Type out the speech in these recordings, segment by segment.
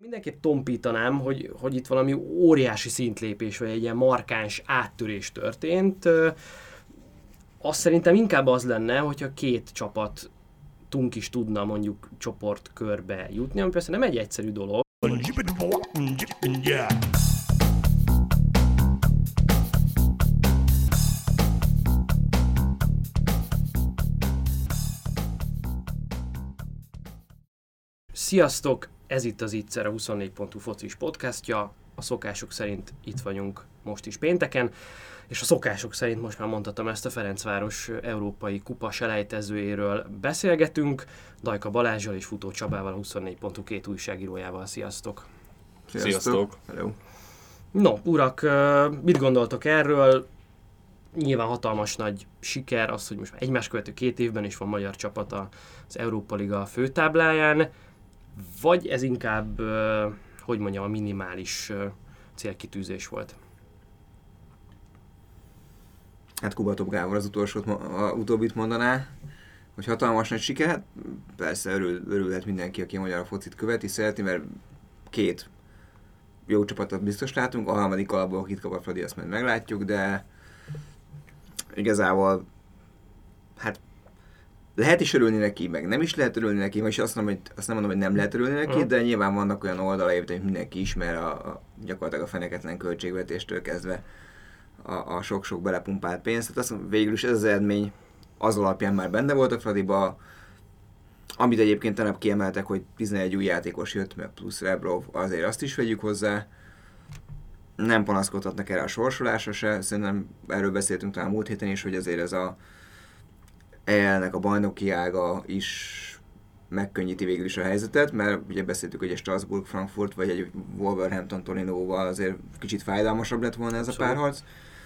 Mindenképp tompítanám, hogy itt valami óriási szintlépés, vagy egy ilyen markáns áttörés történt. Azt szerintem inkább az lenne, hogyha két csapatunk is tudna mondjuk csoportkörbe jutni, ami persze nem egy egyszerű dolog. Sziasztok! Ez itt az Ittszer, a 24.hu focis podcastja. A szokások szerint itt vagyunk most is pénteken, és a szokások szerint most már mondhatom ezt, a Ferencváros európai kupa selejtezőjéről beszélgetünk. Dajka Balázsral és Futó Csabával, a 24.hu két újságírójával. Sziasztok! Sziasztok! Hello. No, urak, mit gondoltok erről? Nyilván hatalmas nagy siker az, hogy most már egymás követő 2 évben is van magyar csapat az Európa Liga főtábláján, vagy ez inkább, a minimális célkitűzés volt? Hát Kubatov Gábor az utóbbit mondaná, hogy hatalmas nagy siker. Hát persze örülhet mindenki, aki a magyar focit követi, szereti, mert 2 jó csapatot biztos látunk, a harmadik alapból kit kap a Fradi, azt majd meglátjuk, de igazából hát lehet is örülni neki, meg nem is lehet örülni neki, és azt nem mondom, hogy nem lehet örülni neki, de nyilván vannak olyan oldalai, amit mindenki ismer, gyakorlatilag a feneketlen költségvetéstől kezdve a sok-sok belepumpált pénzt. Tehát azt mondom, végül is ez az eredmény az alapján már benne volt a Fradiba, amit egyébként tegnap kiemeltek, hogy 11 új játékos jött, meg plusz Rebrov, azért azt is vegyük hozzá. Nem panaszkodhatnak erre a sorsolásra se, szerintem erről beszéltünk talán múlt héten is, hogy azért ez a EL-nek a bajnoki ága is megkönnyíti végül is a helyzetet, mert ugye beszéltük, hogy egy Strasbourg-Frankfurt vagy egy Wolverhampton-Torinóval azért kicsit fájdalmasabb lett volna ez a párharc.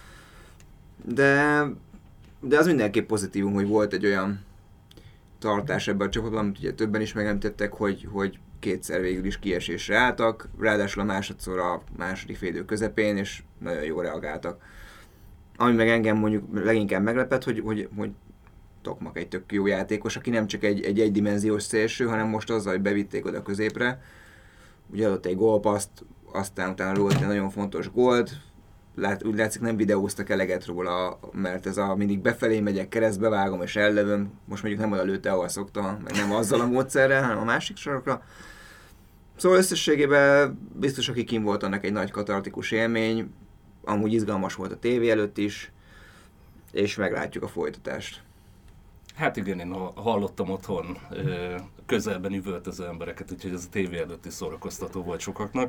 De az mindenképp pozitívum, hogy volt egy olyan tartás ebben a csapatban, amit ugye többen is megemlítettek, hogy 2-szer végül is kiesésre álltak, ráadásul a másodszor a második félidő közepén, és nagyon jól reagáltak. Ami meg engem mondjuk leginkább meglepett, hogy Tokmak egy tök jó játékos, aki nem csak egy egydimenziós szélső, hanem most azzal, hogy bevitték oda középre. Ugye adott egy gólpaszt, aztán utána lőtt egy nagyon fontos gólt. Úgy látszik, nem videóztak eleget róla, mert ez a mindig befelé megyek, keresztbe vágom és ellövöm. Most mondjuk nem olyan lőtte, ahol szoktam, meg nem azzal a módszerrel, hanem a másik sarokra. Szóval összességében biztos, aki kim volt, annak egy nagy katartikus élmény. Amúgy izgalmas volt a tévé előtt is, és meglátjuk a folytatást. Hát igen, én hallottam otthon közelben üvöltöző embereket, úgyhogy ez a tévé előtti szórakoztató volt sokaknak.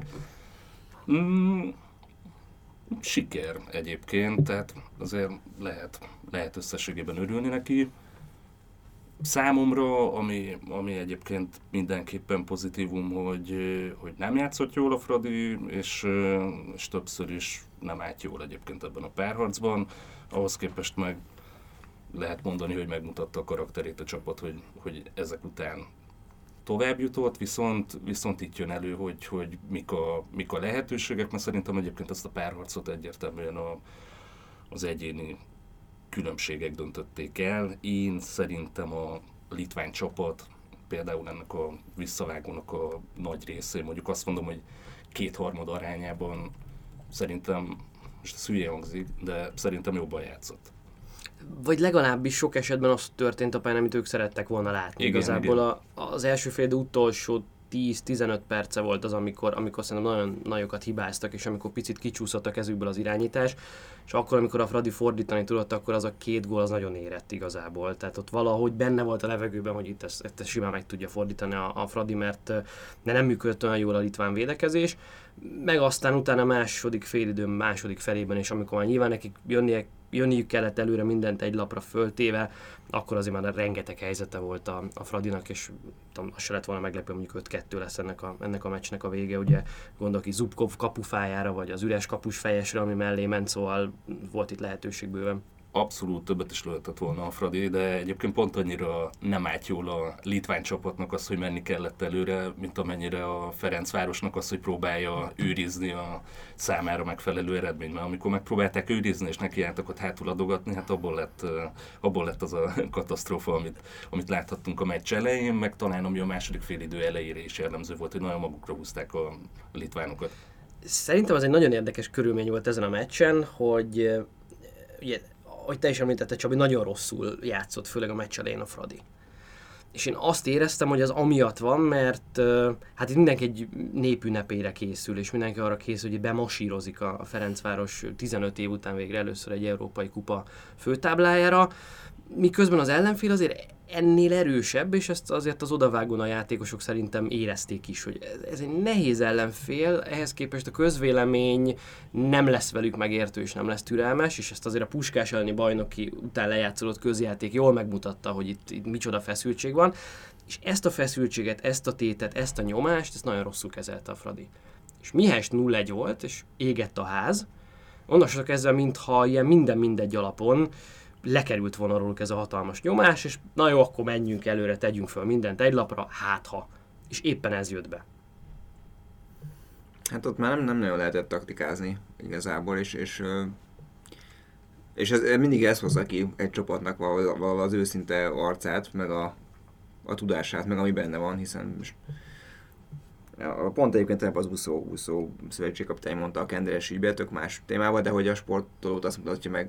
Siker egyébként, tehát azért lehet összességében örülni neki. Számomra, ami egyébként mindenképpen pozitívum, hogy nem játszott jól a Fradi, és többször is nem állt jól egyébként ebben a párharcban. Ahhoz képest meg lehet mondani, hogy megmutatta a karakterét a csapat, hogy ezek után tovább jutott, viszont itt jön elő, hogy mik a lehetőségek, mert szerintem egyébként ezt a párharcot egyértelműen az egyéni különbségek döntötték el. Én szerintem a litván csapat, például ennek a visszavágónak a nagy részén, mondjuk azt mondom, hogy 2/3 arányában szerintem, most ez hülye hangzik, de szerintem jobban játszott. Vagy legalábbis sok esetben az történt a pályán, amit ők szerettek volna látni. Igen, igazából igen. Az első fél utolsó 10-15 perce volt az, amikor szerintem nagyon nagyokat hibáztak, és amikor picit kicsúszott a kezükből az irányítás, és akkor, amikor a Fradi fordítani tudott, akkor az a 2 gól az nagyon érett igazából. Tehát ott valahogy benne volt a levegőben, hogy itt ezt simán meg tudja fordítani a Fradi, mert nem működött olyan jól a litván védekezés. Meg aztán utána a második félidő második felében, és amikor már nyilván nekik jönniük kellett előre mindent egy lapra föltéve, akkor azért már rengeteg helyzete volt a Fradinak, és az se lett volna meglepő, mondjuk 5-2 lesz ennek a meccsnek a vége. Ugye gondolok így Zubkov kapufájára, vagy az üres kapus fejesre, ami mellé ment, szóval volt itt lehetőség bőven. abszolút többet is lehetett volna a Fradi, de egyébként pont annyira nem állt jól a litván csapatnak az, hogy menni kellett előre, mint amennyire a Ferencvárosnak az, hogy próbálja őrizni a számára megfelelő eredményt. Mert amikor megpróbálták őrizni és nekiálltak ott hátul adogatni, hát abból lett az a katasztrófa, amit láthattunk a meccs elején, meg talán ami a második félidő elejére is jellemző volt, hogy nagyon magukra húzták a litvánokat. Szerintem az egy nagyon érdekes körülmény volt ezen a meccsen, hogy ugye, ahogy te is említetted, Csabi, nagyon rosszul játszott, főleg a meccs elején a Fradi. És én azt éreztem, hogy az amiatt van, mert hát itt mindenki egy népünnepére készül, és mindenki arra készül, hogy bemasírozik a Ferencváros 15 év után végre először egy Európai Kupa főtáblájára, miközben az ellenfél azért ennél erősebb, és ezt azért az odavágón a játékosok szerintem érezték is, hogy ez egy nehéz ellenfél, ehhez képest a közvélemény nem lesz velük megértő, és nem lesz türelmes, és ezt azért a Puskás elleni bajnoki után lejátszolott közjáték jól megmutatta, hogy itt micsoda feszültség van, és ezt a feszültséget, ezt a tétet, ezt a nyomást, ezt nagyon rosszul kezelte a Fradi. És mihelyest 0-1 volt, és égett a ház, onnantól kezdve, mintha ilyen minden-mindegy alapon lekerült volna róluk ez a hatalmas nyomás, és na jó, akkor menjünk előre, tegyünk föl mindent egy lapra, hátha. És éppen ez jött be. Hát ott már nem nagyon lehetett taktikázni igazából, és ez mindig ez hozza ki egy csapatnak valahol az őszinte arcát, meg a tudását, meg ami benne van, hiszen most pont egyébként az úszó szövetségkapitány mondta a Kenderes ügybe, tök más témában, de hogy a sportolót azt mutatja meg,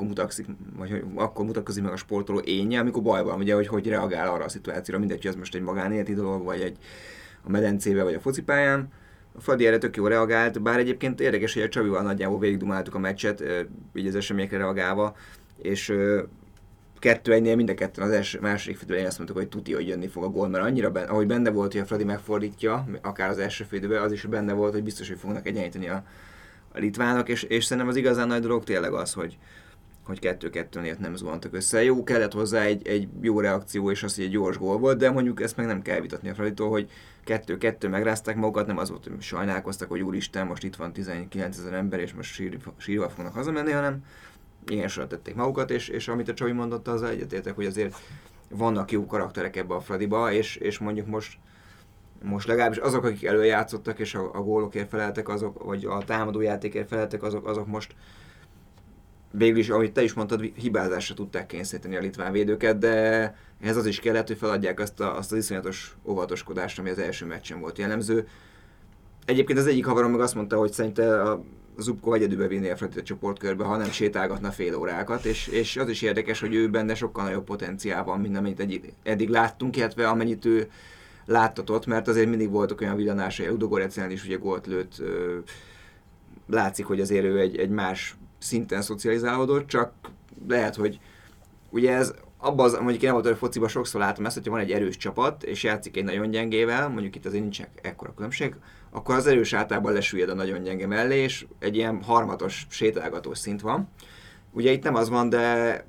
akkor mutatkozik meg a sportoló énje, amikor baj van, ugye, hogy reagál arra a szituációra, mindegy, hogy ez most egy magánéleti dolog, vagy a medencébe, vagy a focipályán. A Fradi erre tök jól reagált, bár egyébként érdekes, hogy a Csabival nagyjából végigdumáltuk a meccset, így az eseményekre reagálva, és 2-1-nél mind a ketten az második félidőben azt mondtuk, hogy tuti, hogy jönni fog a gól, mert annyira ahogy benne volt, hogy a Fradi megfordítja, akár az első félidőben, az is benne volt, hogy biztos, hogy fognak egyenlíteni a litvánok, és szerintem az igazán nagy dolog tényleg az, hogy 2-2-nél nem zuhantak össze. Jó, kellett hozzá egy jó reakció, és az, hogy egy gyors gól volt, de mondjuk ezt meg nem kell vitatni a Fraditól, hogy 2-2 megrázták magukat, nem az volt, hogy sajnálkoztak, hogy úristen, most itt van 19 000 ember, és most sírva fognak hazamenni, hanem ilyen sorra tették magukat, és amit a Csabi mondott, az egyetértek, hogy azért vannak jó karakterek ebbe a Fradiba, és mondjuk most legalábbis azok, akik előjátszottak, és a gólokért feleltek, azok, vagy a támadójátékért feleltek, azok most végül is, ahogy te is mondtad, hibázásra tudták kényszeríteni a litván védőket, de ehhez az is kellett, hogy feladják azt az iszonyatos óvatoskodást, ami az első meccsen volt jellemző. Egyébként az egyik haverom meg azt mondta, hogy szerinte a Zubko egyedülbe vinné a Fradit a csoportkörbe, ha nem sétálgatna fél órákat, és az is érdekes, hogy ő benne sokkal nagyobb potenciál van, mint amennyit eddig láttunk, illetve amennyit ő láttatott, mert azért mindig voltak olyan villanásai, Ludogoretszen is ugye gólt lőtt, látszik, hogy azért ő egy más szinten szocializálódott, csak lehet, hogy ugye ez abban mondjuk én volt, hogy fociban sokszor látom ezt, hogyha van egy erős csapat, és játszik egy nagyon gyengével, mondjuk itt azért nincs ekkora különbség, akkor az erős általában lesüllyed a nagyon gyenge mellé, és egy ilyen harmatos, sétálgatós szint van. Ugye itt nem az van, de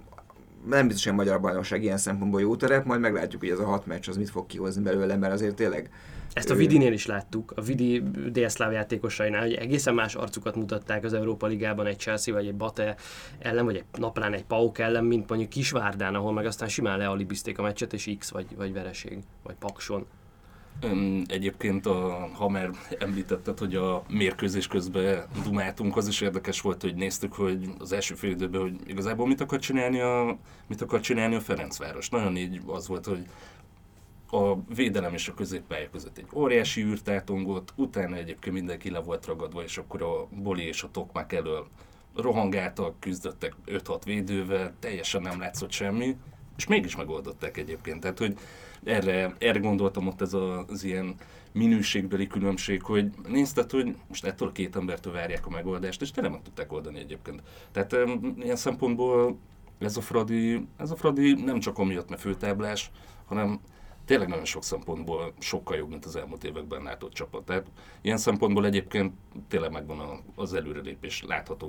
nem biztos, hogy a magyar bajnokság ilyen szempontból jó terep, majd meglátjuk, hogy ez a 6 meccs az mit fog kihozni belőle, mert azért tényleg... Ezt a Vidinél is láttuk, a Vidi délszláv játékosainál, hogy egészen más arcukat mutatták az Európa Ligában egy Chelsea vagy egy Bate ellen, vagy naplán egy PAOK ellen, mint mondjuk Kisvárdán, ahol meg aztán simán lealibizték a meccset, és X vagy vereség, vagy Pakson. Egyébként, ha már említetted, hogy a mérkőzés közben dumáltunk, az is érdekes volt, hogy néztük, hogy az első fél időben, hogy igazából mit akar csinálni a Ferencváros. Nagyon így az volt, hogy a védelem és a középpálya között egy óriási űrtátongott, utána egyébként mindenki le volt ragadva, és akkor a Boli és a Tokmak elől rohangáltak, küzdöttek 5-6 védővel, teljesen nem látszott semmi, és mégis megoldották egyébként. Tehát, hogy erre gondoltam ott ez az ilyen minőségbeli különbség, hogy nézted, hogy most ettől a két embertől várják a megoldást, és tényleg meg tudták oldani egyébként. Tehát ilyen szempontból ez a Fradi nem csak amiatt, mert főtáblás, hanem tényleg nagyon sok szempontból sokkal jobb, mint az elmúlt években látott csapat. Tehát ilyen szempontból egyébként tényleg megvan az előrelépés látható.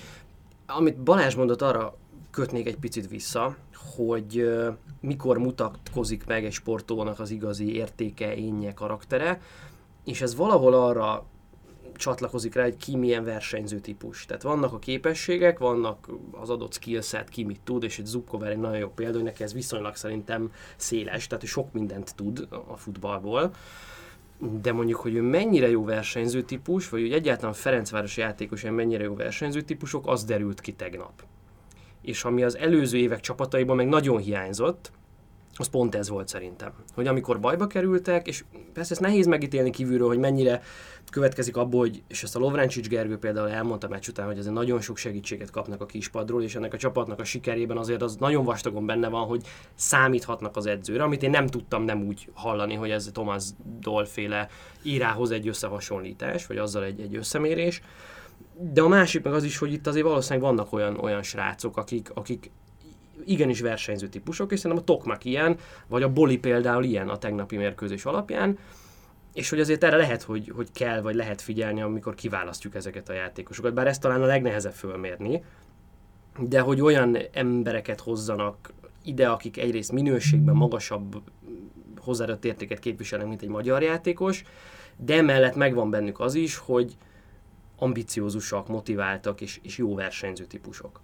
Amit Balázs mondott, arra kötnék egy picit vissza, hogy mikor mutatkozik meg egy sportolónak az igazi értéke, énje, karaktere, és ez valahol arra csatlakozik rá, hogy ki milyen versenyző típus. Tehát vannak a képességek, vannak az adott skillset, ki mit tud, és egy Zubkov egy nagyon jó példa, hogy neki ez viszonylag szerintem széles, tehát ő sok mindent tud a futballból. De mondjuk, hogy ő mennyire jó versenyző típus, vagy hogy egyáltalán Ferencvárosi játékosai mennyire jó versenyző típusok, az derült ki tegnap. És ami az előző évek csapataiban meg nagyon hiányzott, az pont ez volt szerintem. Hogy amikor bajba kerültek, és persze ezt nehéz megítélni kívülről, hogy mennyire következik abból, hogy, és ezt a Lovrencsics Gergő például elmondta meccs után, hogy azért nagyon sok segítséget kapnak a kispadról, és ennek a csapatnak a sikerében azért az nagyon vastagon benne van, hogy számíthatnak az edzőre, amit én nem tudtam nem úgy hallani, hogy ez Thomas Doll-féle írához egy összehasonlítás, vagy azzal egy összemérés. De a másik meg az is, hogy itt azért valószínűleg vannak olyan srácok, akik igenis versenyző típusok, és szerintem a Tokmak ilyen, vagy a Boli például ilyen a tegnapi mérkőzés alapján, és hogy azért erre lehet, hogy kell, vagy lehet figyelni, amikor kiválasztjuk ezeket a játékosokat, bár ezt talán a legnehezebb fölmérni, de hogy olyan embereket hozzanak ide, akik egyrészt minőségben magasabb hozzáadott értéket képviselnek, mint egy magyar játékos, de emellett megvan bennük az is, hogy ambiciózusak, motiváltak és jó versenyző típusok.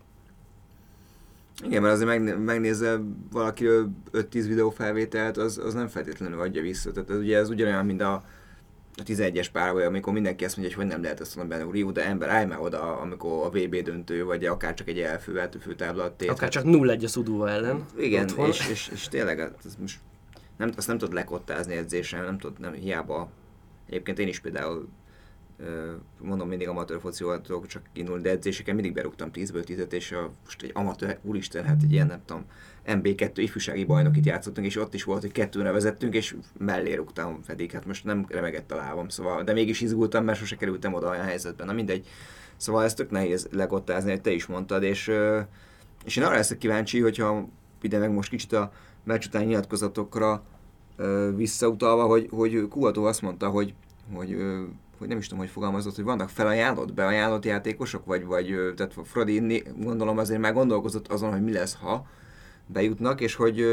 Igen, mert azért megnézze valakiről 5-10 videófelvételt, az nem feltétlenül adja vissza. Tehát ez ugyanolyan, mint a 11-es párban, amikor mindenki azt mondja, hogy nem lehet ezt mondani benne, de ember, állj már oda, amikor a VB döntő, vagy akár csak egy főtábla tét. Akár csak 0-1 a Szudúva ellen. Igen, és tényleg most azt nem tudod lekottázni edzésen, nem tudod, nem hiába. Egyébként én is például mondom, mindig amatőr foci voltok, csak indulni, de edzéseken mindig berúgtam 10-ből 10-et, és most egy amatőr, úristen, hát egy ilyen, nem tudom, MB2 ifjúsági bajnokit játszottunk, és ott is volt, hogy 2-re vezettünk, és mellé rúgtam pedig, hát most nem remegett a lábam, szóval, de mégis izgultam, mert sose kerültem oda olyan helyzetben, na mindegy. Szóval ezt tök nehéz legottázni, hogy te is mondtad, és én arra leszek kíváncsi, hogyha ide meg most kicsit a meccs után nyilatkozatokra visszautalva, hogy Kuható azt mondta, hogy nem is tudom, hogy fogalmazott, hogy vannak beajánlott játékosok, vagy tehát Fradi gondolom azért már gondolkozott azon, hogy mi lesz, ha bejutnak, és hogy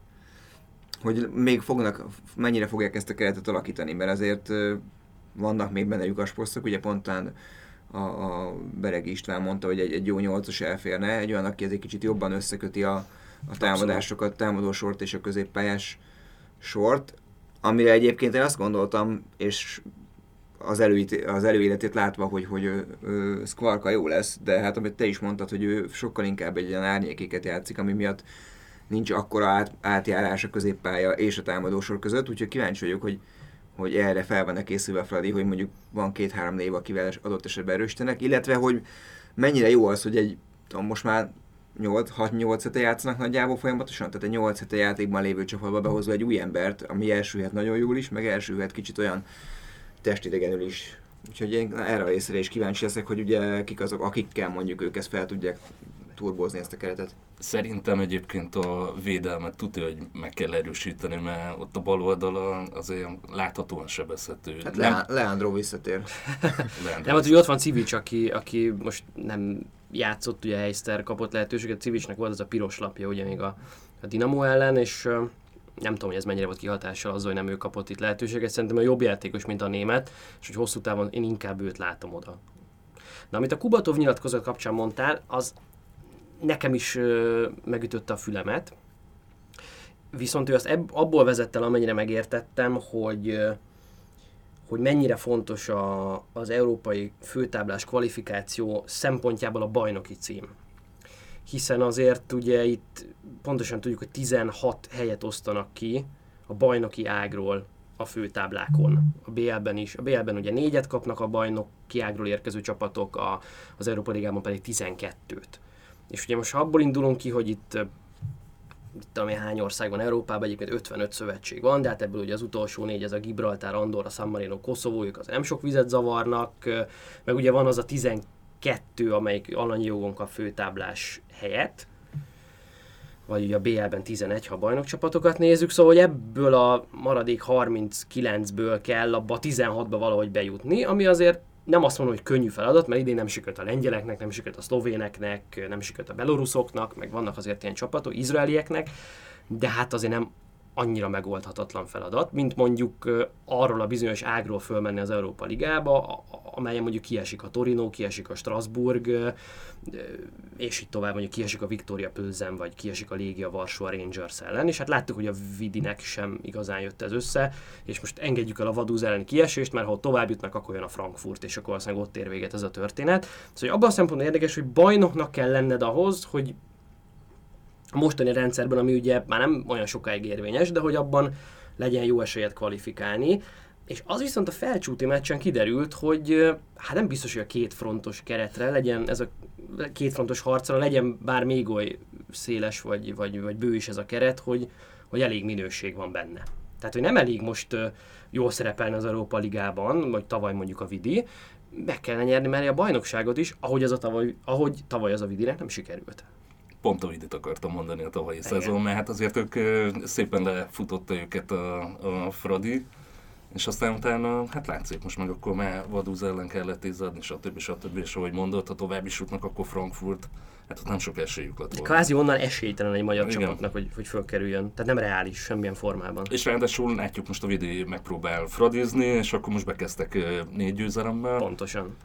még mennyire fogják ezt a keretet alakítani, mert azért vannak még benne lyukasposztok, ugye pontán a Beregi István mondta, hogy egy jó 8-os elférne, egy olyan, aki egy kicsit jobban összeköti a támadásokat, támadósort és a középpályás sort, amire egyébként én azt gondoltam, és az előéletét látva, hogy Skvarka jó lesz, de hát amit te is mondtad, hogy ő sokkal inkább egy ilyen árnyékéket játszik, ami miatt nincs akkora átjárás a középpálya és a támadósor között, úgyhogy kíváncsi vagyok, hogy erre fel van-e készülve Fradi, hogy mondjuk van 2-3 név, akivel adott esetben erősítenek, illetve hogy mennyire jó az, hogy most már 6-8 hete játszanak nagyjából folyamatosan, tehát egy 8 hete játékban lévő csapatba behozva egy új embert, ami elsülhet nagyon jól is, meg elsülhet kicsit olyan testidegenül is. Úgyhogy én erre a részre is kíváncsi leszek, hogy ugye kik azok, akikkel mondjuk ők ezt fel tudják turbózni ezt a keretet. Szerintem egyébként a védelmet tudja, hogy meg kell erősíteni, mert ott a bal oldala azért láthatóan sebezhető. Hát Leandro visszatér. Nem, hát ugye ott van Civics, aki most nem játszott, ugye Heister kapott lehetőséget, Civicsnek volt az a piros lapja ugye még a Dinamo ellen, és nem tudom, hogy ez mennyire volt kihatással azzal, hogy nem ő kapott itt lehetőséget. Szerintem a jobb játékos, mint a német, és hogy hosszú távon én inkább őt látom oda. Na, amit a Kubatov nyilatkozat kapcsán mondtál, az nekem is megütötte a fülemet. Viszont ő azt abból vezette el, amennyire megértettem, hogy mennyire fontos az európai főtáblás kvalifikáció szempontjából a bajnoki cím. Hiszen azért ugye itt pontosan tudjuk, hogy 16 helyet osztanak ki a bajnoki ágról a főtáblákon. A BL-ben is. A BL-ben ugye 4-et kapnak a bajnoki ágról érkező csapatok, az Európa Ligában pedig 12-t. És ugye most ha abból indulunk ki, hogy itt tudom én hány ország van Európában, egyébként 55 szövetség van, de hát ebből ugye az utolsó 4, ez a Gibraltár, Andorra, San Marino, Koszovó, ők az nem sok vizet zavarnak, meg ugye van az a 12, amelyik alanyi jogon kap főtáblás helyet, vagy ugye a BL-ben 11, ha a bajnokcsapatokat nézzük, szóval hogy ebből a maradék 39-ből kell abba 16-ba valahogy bejutni, ami azért nem azt mondom, hogy könnyű feladat, mert idén nem sikerült a lengyeleknek, nem sikerült a szlovéneknek, nem sikerült a beloruszoknak, meg vannak azért ilyen csapatok, izraelieknek, de hát azért nem annyira megoldhatatlan feladat, mint mondjuk arról a bizonyos ágról fölmenni az Európa Ligába, amelyen mondjuk kiesik a Torino, kiesik a Strasbourg, és így tovább mondjuk kiesik a Viktoria Plzen, vagy kiesik a Legia Varsó a Rangers ellen, és hát láttuk, hogy a Vidinek sem igazán jött ez össze, és most engedjük el a Vaduz elleni kiesést, mert ha tovább jutnak, akkor jön a Frankfurt, és akkor aztán ott ér véget ez a történet. Szóval abban a szempontból érdekes, hogy bajnoknak kell lenned ahhoz, hogy a mostani rendszerben, ami ugye már nem olyan sokáig érvényes, de hogy abban legyen jó esélyed kvalifikálni. És az viszont a felcsúti meccsen kiderült, hogy hát nem biztos, hogy a kétfrontos keretre legyen, ez a kétfrontos harcra legyen bár még oly széles vagy bő is ez a keret, hogy elég minőség van benne. Tehát, hogy nem elég most jól szerepelni az Európa Ligában, vagy tavaly mondjuk a Vidi, meg kellene nyerni mellé a bajnokságot is, ahogy tavaly az a Vidinek nem sikerült. Pont a Vidit akartam mondani a tavalyi szezon, mert hát azért ők szépen lefutotta őket a Fradi, és aztán utána, hát látszik, most meg akkor már Vaduz ellen kellett izzadni, stb. És ahogy mondott, ha tovább is jutnak, akkor Frankfurt, hát ott nem sok esélyük lett volna. Kvázi onnan esélytelen egy magyar csapatnak, hogy fölkerüljön. Tehát nem reális semmilyen formában. És ráadásul látjuk, most a Vidi megpróbál fradizni, és akkor most bekezdtek 4 győzelemmel. Pontosan.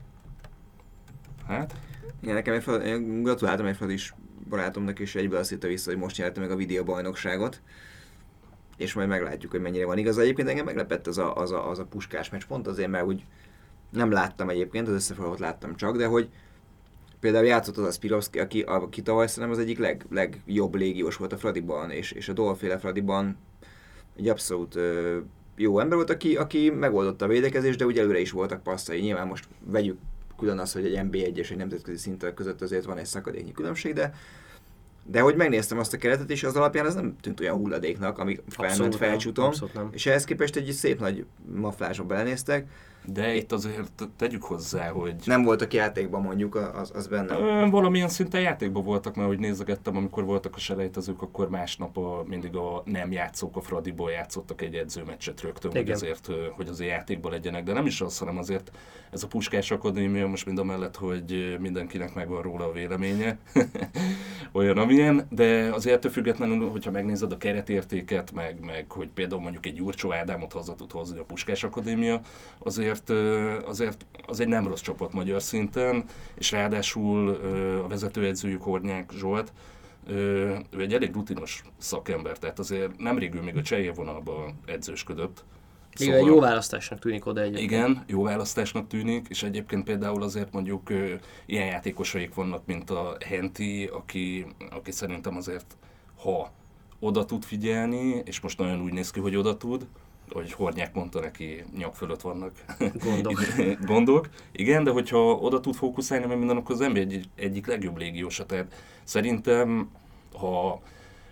Hát? Igen, nekem én gratuláltam egy Fradis barátomnak, és egyből azt hitte vissza, hogy most nyerte meg a Vidi a bajnokságot. És majd meglátjuk, hogy mennyire van igaz. Egyébként engem meglepett az a Puskás meccs, pont azért, mert úgy nem láttam egyébként, az összefoglalót láttam csak, de hogy például játszott az a Spirovszky, aki tavaly szerintem az egyik legjobb légiós volt a Fradiban, és a Dolféle Fradiban egy abszolút jó ember volt, aki megoldotta a védekezést, de ugye előre is voltak passzai. Nyilván most vegyük külön az, hogy egy NB1 és egy nemzetközi szint között azért van egy szakadéknyi különbség, de hogy megnéztem azt a keretet, és az alapján ez nem tűnt olyan hulladéknak, ami felment felcsúton, és ehhez képest egy szép nagy maflásba belenéztek. De itt azért tegyük hozzá, hogy... Nem voltak játékban mondjuk, az benne. Valamilyen szinten játékban voltak, mert ahogy nézegettem, amikor voltak a selejtezők, akkor másnap mindig a nem játszók a Fradiból játszottak egy edzőmeccset rögtön, hogy azért játékban legyenek. De nem is az, hanem azért ez a Puskás Akadémia most mind a mellett, hogy mindenkinek megvan róla a véleménye, olyan amilyen, de azért ettől függetlenül, hogyha megnézed a keretértéket, meg hogy például mondjuk egy Jurcsó Ádámot haza tud hozni a Puskás Akadémia, azért az egy nem rossz csapat magyar szinten, és ráadásul a vezetőedzőjük Hornyák Zsolt, ő egy elég rutinos szakember, tehát azért nemrég ő még a Csehér vonalban edzősködött. Szóval, jó választásnak tűnik oda egyébként. Igen, jó választásnak tűnik, és egyébként például azért mondjuk ilyen játékosaik vannak, mint a Henti, aki szerintem azért, ha oda tud figyelni, és most nagyon úgy néz ki, hogy oda tud, hogy Hornyák mondta neki, nyak fölött vannak gondok. Igen, de hogyha oda tud fókuszálni, mert minden, akkor az ember egyik legjobb légiósa. Tehát szerintem, ha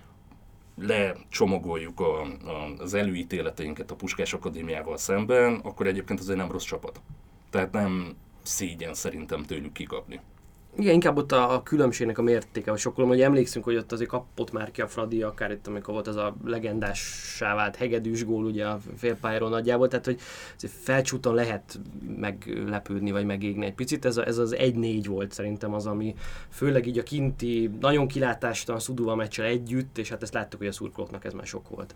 lecsomagoljuk az előítéleteinket a Puskás Akadémiával szemben, akkor egyébként az egy nem rossz csapat. Tehát nem szégyen szerintem tőlük kikapni. Igen, inkább ott a különbségnek a mértéke, vagy sokkal, hogy emlékszünk, hogy ott azért kapott már ki a Fradi, akár itt, amikor volt ez a legendássá vált hegedűs gól ugye a félpályáról nagyjából, tehát hogy felcsúton lehet meglepődni, vagy megégni egy picit. Ez az 1-4 volt szerintem az, ami főleg így a kinti, nagyon kilátástalan Szuduva meccsel együtt, és hát ezt láttuk, hogy a szurkolóknak ez már sok volt.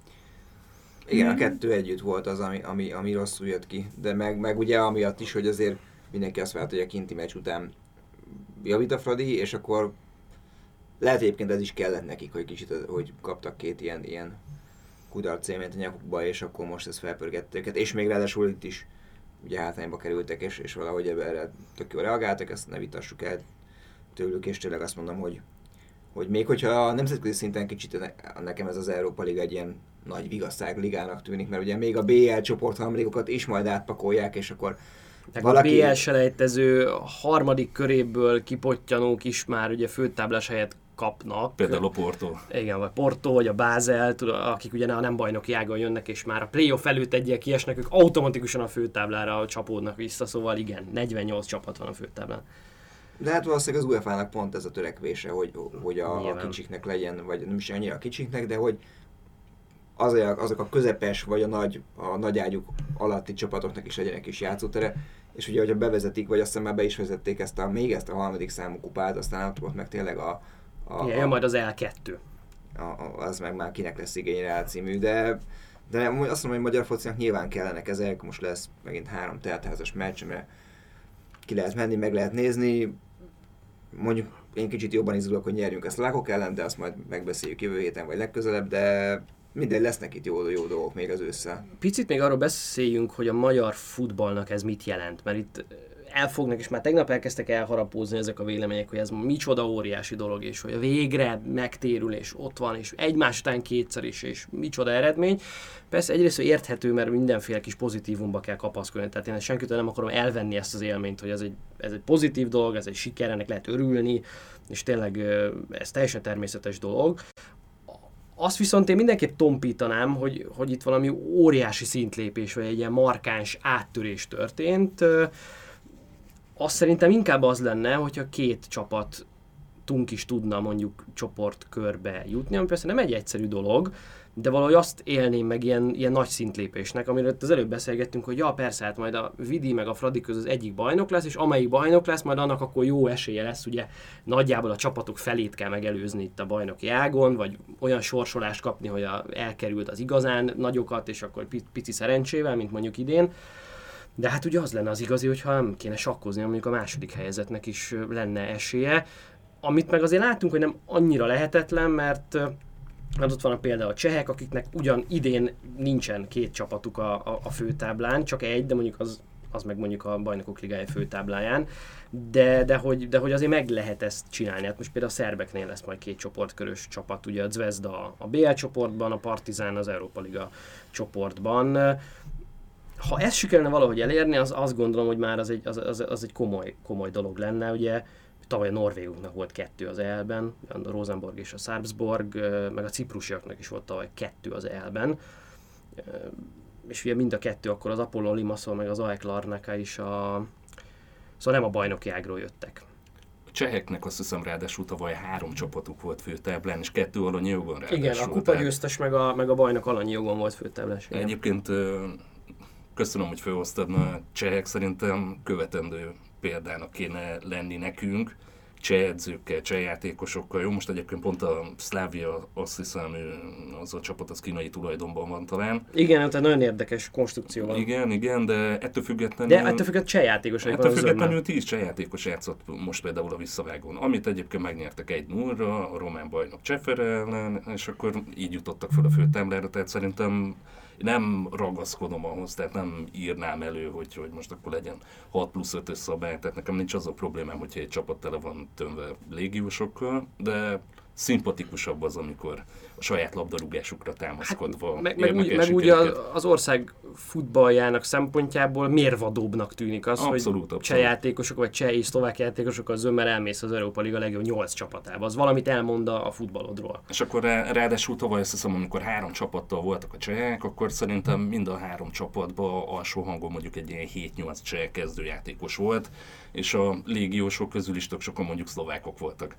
Igen, a kettő együtt volt az, ami rosszul jött ki, de meg ugye amiatt is, hogy azért mindenki azt vált, hogy a kinti meccs után javít a Fradi, és akkor lehet egyébként ez is kellett nekik, hogy kicsit, hogy kaptak két ilyen kudarc élményt a nyakukba, és akkor most ez felpörgette őket, és még ráadásul itt is ugye hátrányba kerültek, és valahogy erre tök jól reagáltak, ezt ne vitassuk el tőlük, és tényleg azt mondom, hogy még hogyha a nemzetközi szinten kicsit nekem ez az Európa Liga egy ilyen nagy vigaszták ligának tűnik, mert ugye még a BL csoportharmadikokat is majd átpakolják, és akkor valaki... A BL selejtező harmadik köréből kipottyanók is már ugye főtáblás helyet kapnak. Például a Porto. Igen, vagy Porto, vagy a Basel, akik ugye a nem bajnoki ágon jönnek, és már a playoff előtt egyel kiesnek, ők automatikusan a főtáblára csapódnak vissza, szóval igen, 48 csapat van a főtáblán. De hát valószínűleg az UEFA-nak pont ez a törekvése, hogy a kicsiknek legyen, vagy nem is annyira a kicsiknek, de hogy azok a közepes, vagy a nagy ágyuk alatti csapatoknak is legyenek is játszótere, és ugye, hogyha bevezetik, vagy aztán már be is vezették ezt a harmadik számú kupát, aztán ott volt meg tényleg igen, majd az L2. az meg már kinek lesz igény rá című, de azt mondom, hogy magyar focinak nyilván kellenek ezek, most lesz megint 3 teltházas meccs, amire ki lehet menni, meg lehet nézni. Mondjuk én kicsit jobban izgulok, hogy nyerjünk a szlovákok ellen, de azt majd megbeszéljük jövő héten vagy legközelebb, de mindegy, lesznek itt jó dolgok még az ősszel. Picit még arról beszéljünk, hogy a magyar futballnak ez mit jelent, mert itt elfognak, és már tegnap elkezdtek elharapózni ezek a vélemények, hogy ez micsoda óriási dolog, és hogy a végre megtérül, és ott van, és egymás után kétszer is, és micsoda eredmény. Persze egyrészt érthető, mert mindenféle kis pozitívumba kell kapaszkodni, tehát én senkitől nem akarom elvenni ezt az élményt, hogy ez egy pozitív dolog, ez egy siker, ennek lehet örülni, és tényleg ez teljesen természetes dolog. Azt viszont én mindenképp tompítanám, hogy itt valami óriási szintlépés, vagy egy ilyen markáns áttörés történt. Azt szerintem inkább az lenne, hogyha 2 csapatunk is tudna mondjuk csoportkörbe jutni, ami persze nem egy egyszerű dolog, de valahogy azt élném meg ilyen nagy szintlépésnek, amiről az előbb beszélgettünk, hogy ja persze, hát majd a Vidi meg a Fradi között az egyik bajnok lesz, és amelyik bajnok lesz, majd annak akkor jó esélye lesz, ugye nagyjából a csapatok felét kell megelőzni itt a bajnoki ágon, vagy olyan sorsolást kapni, hogy elkerült az igazán nagyokat, és akkor pici szerencsével, mint mondjuk idén. De hát ugye az lenne az igazi, hogyha nem kéne sakkozni, mondjuk a második helyezetnek is lenne esélye. Amit meg azért látunk, hogy nem annyira lehetetlen, mert ott van például a csehek, akiknek ugyan idén nincsen 2 csapatuk a főtáblán, csak egy, de mondjuk az meg mondjuk a Bajnokok Ligája főtábláján, de hogy azért meg lehet ezt csinálni. Hát most például a szerbeknél lesz majd 2 csoportkörös csapat, ugye a Zvezda a BL csoportban, a Partizán az Európa Liga csoportban. Ha ezt sikerülne valahogy elérni, azt gondolom, hogy már az egy komoly dolog lenne. Ugye tavaly a norvégoknak volt 2 az EL-ben, a Rosenborg és a Sarpsborg, meg a ciprusiaknak is volt tavaly 2 az EL-ben. És ugye mind a 2 akkor az Apollo Limassol, meg az AEK Larnaka is szóval nem a bajnoki ágról jöttek. A cseheknek azt hiszem ráadásul tavaly 3 csapatuk volt főtáblán, és 2 alanyi jogon ráadásul. Igen, a kupagyőztes meg a bajnok alanyi jogon volt főtáblán. Egyébként köszönöm, hogy felhoztad, a csehek szerintem követendő példának kéne lenni nekünk, cseh edzőkkel, cseh játékosokkal. Jó, most egyébként pont a Slavia, azt hiszem, az a csapat az kínai tulajdonban van talán. Igen, tehát nagyon érdekes konstrukció van. Igen, de ettől függetlenül... De ettől függetlenül cseh játékosok van. Ettől függetlenül 10 cseh játékos játszott most például a visszavágón, amit egyébként megnyertek 1-0-ra, a román bajnok Csefere ellen, és akkor így jutottak fel a főtáblára, tehát szerintem nem ragaszkodom ahhoz, tehát nem írnám elő, hogy most akkor legyen 6+5-ös szabály, tehát nekem nincs az a problémám, hogyha egy csapat tele van tömve légiósokkal, de szimpatikusabb az, amikor a saját labdarúgásukra támaszkodva meg úgy az ország futballjának szempontjából mérvadóbbnak tűnik az, abszolút, hogy cseh játékosok, vagy cseh és szlovák játékosokkal zömmel elmész az Európa Liga legjobb 8 csapatába. Az valamit elmond a futballodról. És akkor ráadásul tavaly azt hiszem, amikor 3 csapattal voltak a csehek, akkor szerintem mind a 3 csapatban alsó hangon mondjuk egy ilyen 7-8 cseh kezdőjátékos volt, és a légiósok közül is tök sokan mondjuk szlovákok voltak.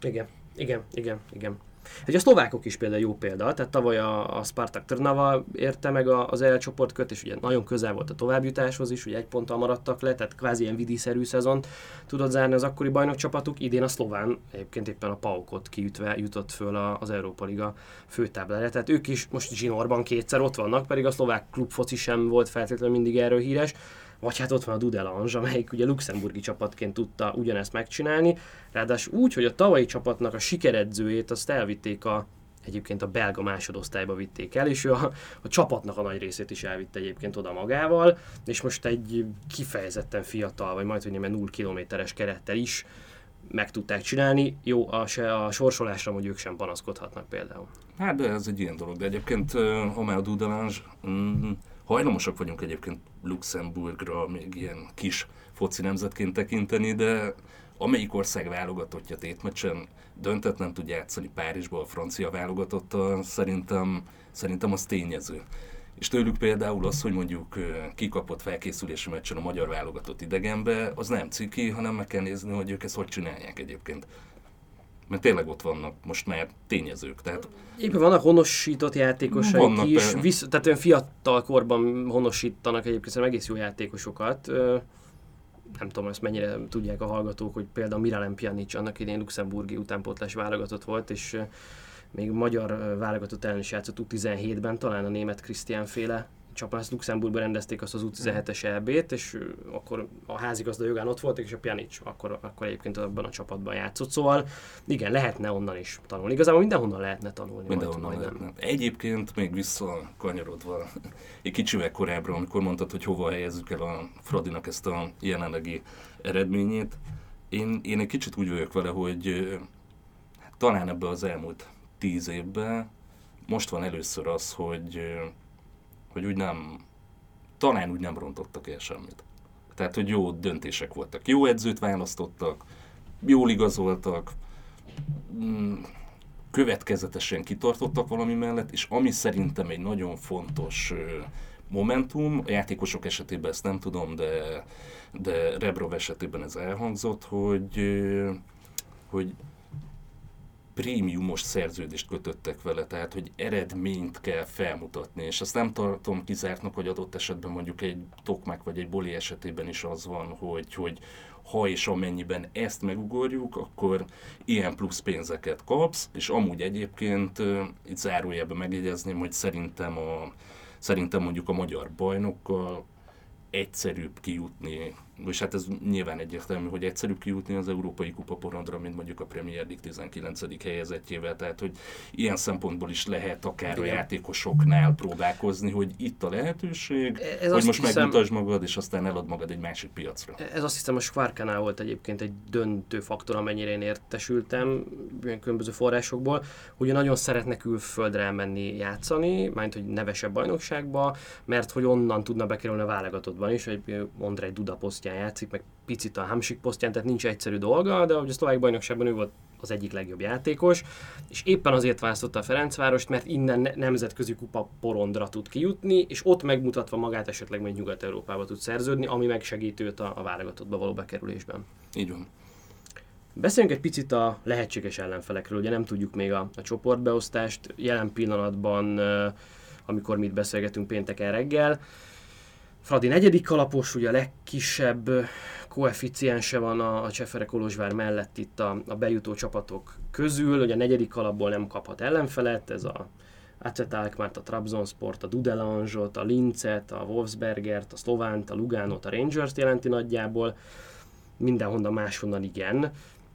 Igen. Ugye a szlovákok is például jó példa, tehát tavaly a Spartak Trnava érte meg az EL csoportkört, és ugye nagyon közel volt a továbbjutáshoz is, ugye 1 ponttal maradtak le, tehát kvázi ilyen Vidi-szerű szezont tudott zárni az akkori bajnokcsapatuk. Idén a szlován, egyébként éppen a PAOK-ot kiütve jutott föl az Európa Liga főtáblára. Tehát ők is most zsinórban 2-szer ott vannak, pedig a szlovák klubfoci sem volt feltétlenül mindig erről híres. Vagy hát ott van a Dudelange, amelyik ugye luxemburgi csapatként tudta ugyanezt megcsinálni. Ráadásul úgy, hogy a tavalyi csapatnak a sikeredzőjét azt elvitték egyébként a belga másodosztályba vitték el, és ő a csapatnak a nagy részét is elvitte egyébként oda magával, és most egy kifejezetten fiatal, vagy majdnem 0 kilométeres kerettel is meg tudták csinálni. Jó, a sorsolásra, hogy ők sem panaszkodhatnak például. Hát de ez egy ilyen dolog, de egyébként ha már a Dudelange, hajlamosak vagyunk egyébként Luxemburgra még ilyen kis foci nemzetként tekinteni, de amelyik ország válogatottja tétmeccsen döntött nem tud játszani Párizsból a francia válogatottal, szerintem az tényező. És tőlük például az, hogy mondjuk kikapott felkészülési meccsen a magyar válogatott idegenbe, az nem ciki, hanem meg kell nézni, hogy ők ezt hogy csinálják egyébként. Mert tényleg ott vannak most már tényezők. Tehát éppen vannak honosított játékosaik is, tehát olyan fiatal korban honosítanak egyébként egész jó játékosokat. Nem tudom, ezt mennyire tudják a hallgatók, hogy például Miralem Pjanic annak idén luxemburgi utánpótlás válogatott volt, és még magyar válogatott ellen is játszott U17-ben, talán a német Krisztián féle csapat, ezt Luxemburgban rendezték azt az U17-es EB-t, és akkor a házigazda jogán ott voltak, és a Pjanic akkor egyébként abban a csapatban játszott. Szóval igen, lehetne onnan is tanulni. Igazából mindenhonnan lehetne tanulni. Mindenhonnan lehetne. Egyébként még visszakanyarodva egy kicsivel korábbra, amikor mondtad, hogy hova helyezzük el a Fradinak ezt a jelenlegi eredményét, én egy kicsit úgy vagyok vele, hogy talán ebben az elmúlt 10 évben most van először az, hogy úgy talán úgy nem rontottak el semmit. Tehát, hogy jó döntések voltak. Jó edzőt választottak, jól igazoltak, következetesen kitartottak valami mellett, és ami szerintem egy nagyon fontos momentum, a játékosok esetében ezt nem tudom, de Rebrov esetében ez elhangzott, hogy prémiumos szerződést kötöttek vele, tehát hogy eredményt kell felmutatni, és azt nem tartom kizártnak, hogy adott esetben mondjuk egy Tokmak vagy egy Boli esetében is az van, hogy ha és amennyiben ezt megugorjuk, akkor ilyen plusz pénzeket kapsz, és amúgy egyébként itt zárójelben megjegyezném, hogy szerintem mondjuk a magyar bajnokkal egyszerűbb kijutni, és hát ez nyilván egyértelmű, hogy egyszerűbb kijutni az Európai Kupa porondra, mint mondjuk a Premier League 19. helyezettjével, tehát hogy ilyen szempontból is lehet akár a játékosoknál próbálkozni, hogy itt a lehetőség, hogy most megmutasd magad, és aztán elad magad egy másik piacra. Ez azt hiszem a Skvarkánál volt egyébként egy döntő faktor, amennyire én értesültem különböző forrásokból, hogy nagyon szeretne külföldre elmenni játszani, mint hogy nevesebb bajnokságba, mert hogy onnan tudna bekerülni a válogatottban is, hogy Ondrej Duda posztján játszik, meg picit a Hamsik posztján, tehát nincs egyszerű dolga, de a szlovák bajnokságban ő volt az egyik legjobb játékos, és éppen azért választotta a Ferencvárost, mert innen nemzetközi kupa porondra tud kijutni, és ott megmutatva magát esetleg még Nyugat-Európába tud szerződni, ami megsegít őt a válogatottba való bekerülésben. Így van. Beszéljünk egy picit a lehetséges ellenfelekről, ugye nem tudjuk még a csoportbeosztást, jelen pillanatban, amikor mi itt beszélgetünk pénteken reggel, Fradi 4. kalapos, ugye a legkisebb koeficiense van a Cseferek-Kolozsvár mellett itt a bejutó csapatok közül, ugye a 4. kalapból nem kaphat ellenfelet, ez a AZ Alkmaart, a Trabzonsport, a Dudelange-ot, a Linzet, a Wolfsbergert, a Slovánt, a Lugánot, a Rangers-t jelenti nagyjából, mindenhonnan máshonnan igen.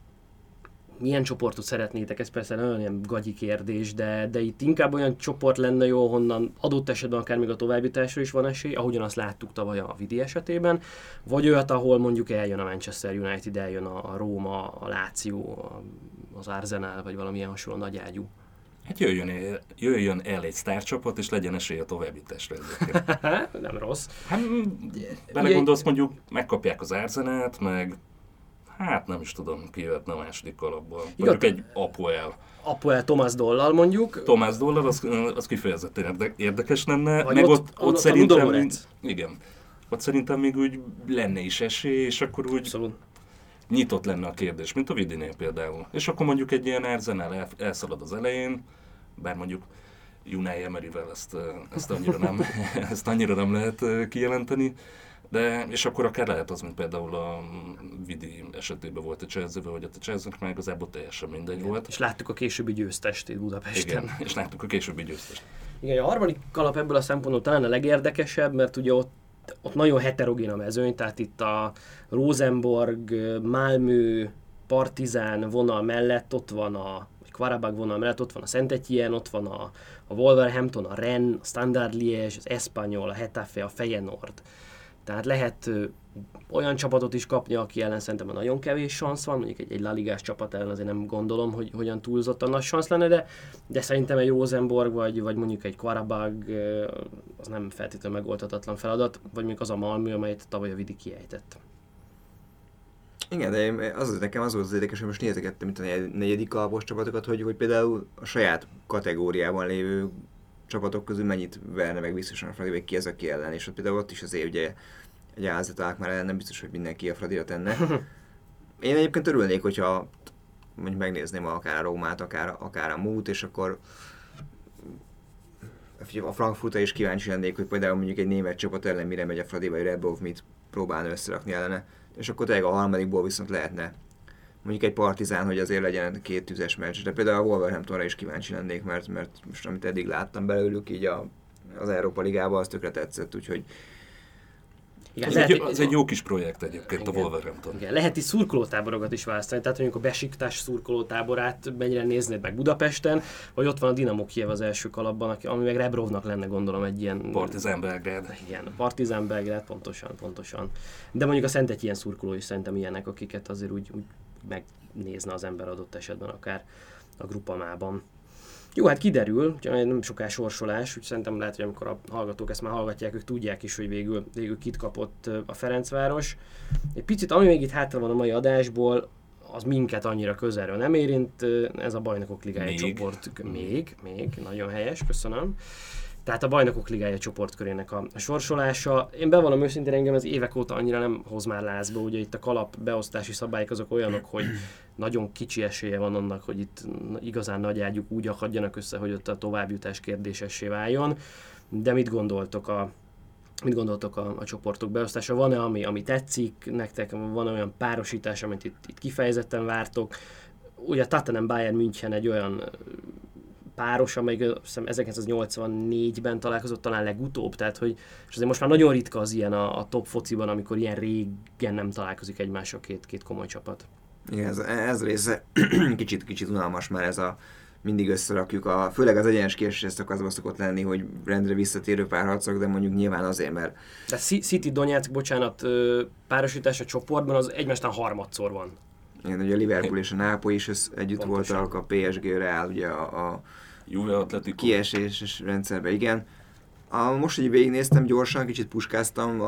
Milyen csoportot szeretnétek? Ez persze nagyon ilyen gagyi kérdés, de itt inkább olyan csoport lenne jó, honnan adott esetben akár még a továbbjutásra is van esély, ahogyan azt láttuk tavaly a Vidi esetében, vagy olyat, ahol mondjuk eljön a Manchester United, eljön a Róma, a Lazio, az Arsenal, vagy valamilyen hasonló nagyágyú. Hát jöjjön el egy sztárcsapat, és legyen esély a továbbjutásra ezekért. Nem rossz. Hát belegondolsz, mondjuk megkapják az Arsenalt, meg hát nem is tudom, ki jöhetne a második kalapból. Mondjuk egy Apoel Thomas Dollal mondjuk. Thomas Dollal, az kifejezetten érdekes lenne. Vagy meg ott szerintem igen. Ott szerintem még úgy lenne is esély, és akkor úgy abszolút nyitott lenne a kérdés, mint a Vidinél például. És akkor mondjuk egy ilyen Arsenal elszalad az elején, bár mondjuk Unai Emeryvel ezt annyira nem lehet kijelenteni, de és akkor akár lehet az, mint például a Vidi esetében volt a Chelsea-vel, hogy a Chelsea-nek már igazából teljesen mindegy volt. És láttuk a későbbi győztest itt Budapesten. Igen, és láttuk a későbbi győztest. Igen, a harmadik kalap ebből a szempontból talán a legérdekesebb, mert ugye ott nagyon heterogén a mezőny, tehát itt a Rosenborg, Malmö, Partizán vonal mellett ott van a Qarabag vonal mellett ott van a Saint-Étienne, ott van a Wolverhampton, a Rennes, a Standard Liège, az Espanyol, a Getafe, a Feyenoord. Tehát lehet olyan csapatot is kapni, aki ellen szerintem nagyon kevés szansz van, mondjuk egy La Ligás csapat ellen azért nem gondolom, hogy hogyan túlzottan nagy szansz lenne, de szerintem egy Rosenborg vagy mondjuk egy Qarabag az nem feltétlenül megoldhatatlan feladat, vagy mondjuk az a Malmö, amelyet tavaly a Vidi kiejtett. Igen, de nekem az volt az érdekes, hogy most nézegettem itt a 4. kalapos csapatokat, hogy például a saját kategóriában lévő csapatok közül mennyit verne meg biztosan a Fradi, vagy ki az, aki ellen, és ott például ott is azért ugye egy AZ Alkmaar ellen nem biztos, hogy mindenki a Fradira tenne. Én egyébként örülnék, hogyha mondjuk megnézném akár a Rómát, akár a Mút, és akkor a Frankfurtra is kíváncsi lennék, hogy például mondjuk egy német csapat ellen mire megy a Fradi, vagy Rebrov mit próbálna összerakni ellene, és akkor tényleg a harmadikból viszont lehetne mondjuk egy Partizán, hogy azért legyen 2 tüzes meccs, de például a Wolverhamptonra is kíváncsi lennék, mert most amit eddig láttam belőlük így az Európa Ligában, az tökre tetszett, úgyhogy Igen, ez egy jó kis projekt egyébként, igen, a Wolverhampton. Igen, lehet itt szurkolótáborokat is választani, tehát mondjuk a Besiktas szurkolótáborát mennyire néznéd meg Budapesten, vagy ott van a Dinamo Kiev az első kalapban, ami meg Rebrovnak lenne gondolom egy ilyen... Partizán Belgrád. Igen, Partizán Belgrád, pontosan. De mondjuk a Szent ilyen szurkoló is szerintem ilyenek, akiket azért úgy megnézne az ember adott esetben akár a Grupamában. Jó, hát kiderül, nem soká sorsolás, úgy szerintem lehet, hogy amikor a hallgatók ezt már hallgatják, ők tudják is, hogy végül kit kapott a Ferencváros. Egy picit, ami még itt hátra van a mai adásból, az minket annyira közelről nem érint, ez a Bajnokok Ligája csoport. Még, nagyon helyes, köszönöm. Tehát a Bajnokok Ligája csoportkörének a sorsolása. Én bevallom őszintén, engem ez évek óta annyira nem hoz már lázba, ugye itt a kalap beosztási szabályok azok olyanok, hogy nagyon kicsi esélye van annak, hogy itt igazán nagy ágyuk úgy akadjanak össze, hogy ott a továbbjutás kérdésessé váljon. De mit gondoltok a csoportok beosztása? Van-e, ami tetszik nektek? Van-e olyan párosítás, amit itt kifejezetten vártok? Ugye a Tottenham Bayern München egy olyan páros, amelyik 1984-ben találkozott talán legutóbb, tehát hogy és azért most már nagyon ritka az ilyen a top fociban, amikor ilyen régen nem találkozik egymással két komoly csapat. Igen, ez része kicsit unalmas már ez mindig összerakjuk, főleg az egyenes kiesés szakaszban szokott lenni, hogy rendre visszatérő párharcok, de mondjuk nyilván azért, mert... De City Donetsk, párosítás a csoportban az egymástán harmadszor van. Igen, ugye a Liverpool és a Napoli is együtt voltak, a PSG Real, ugye a Juve Atletico kieséses rendszerben, igen. Most, hogy végignéztem gyorsan, kicsit puskáztam,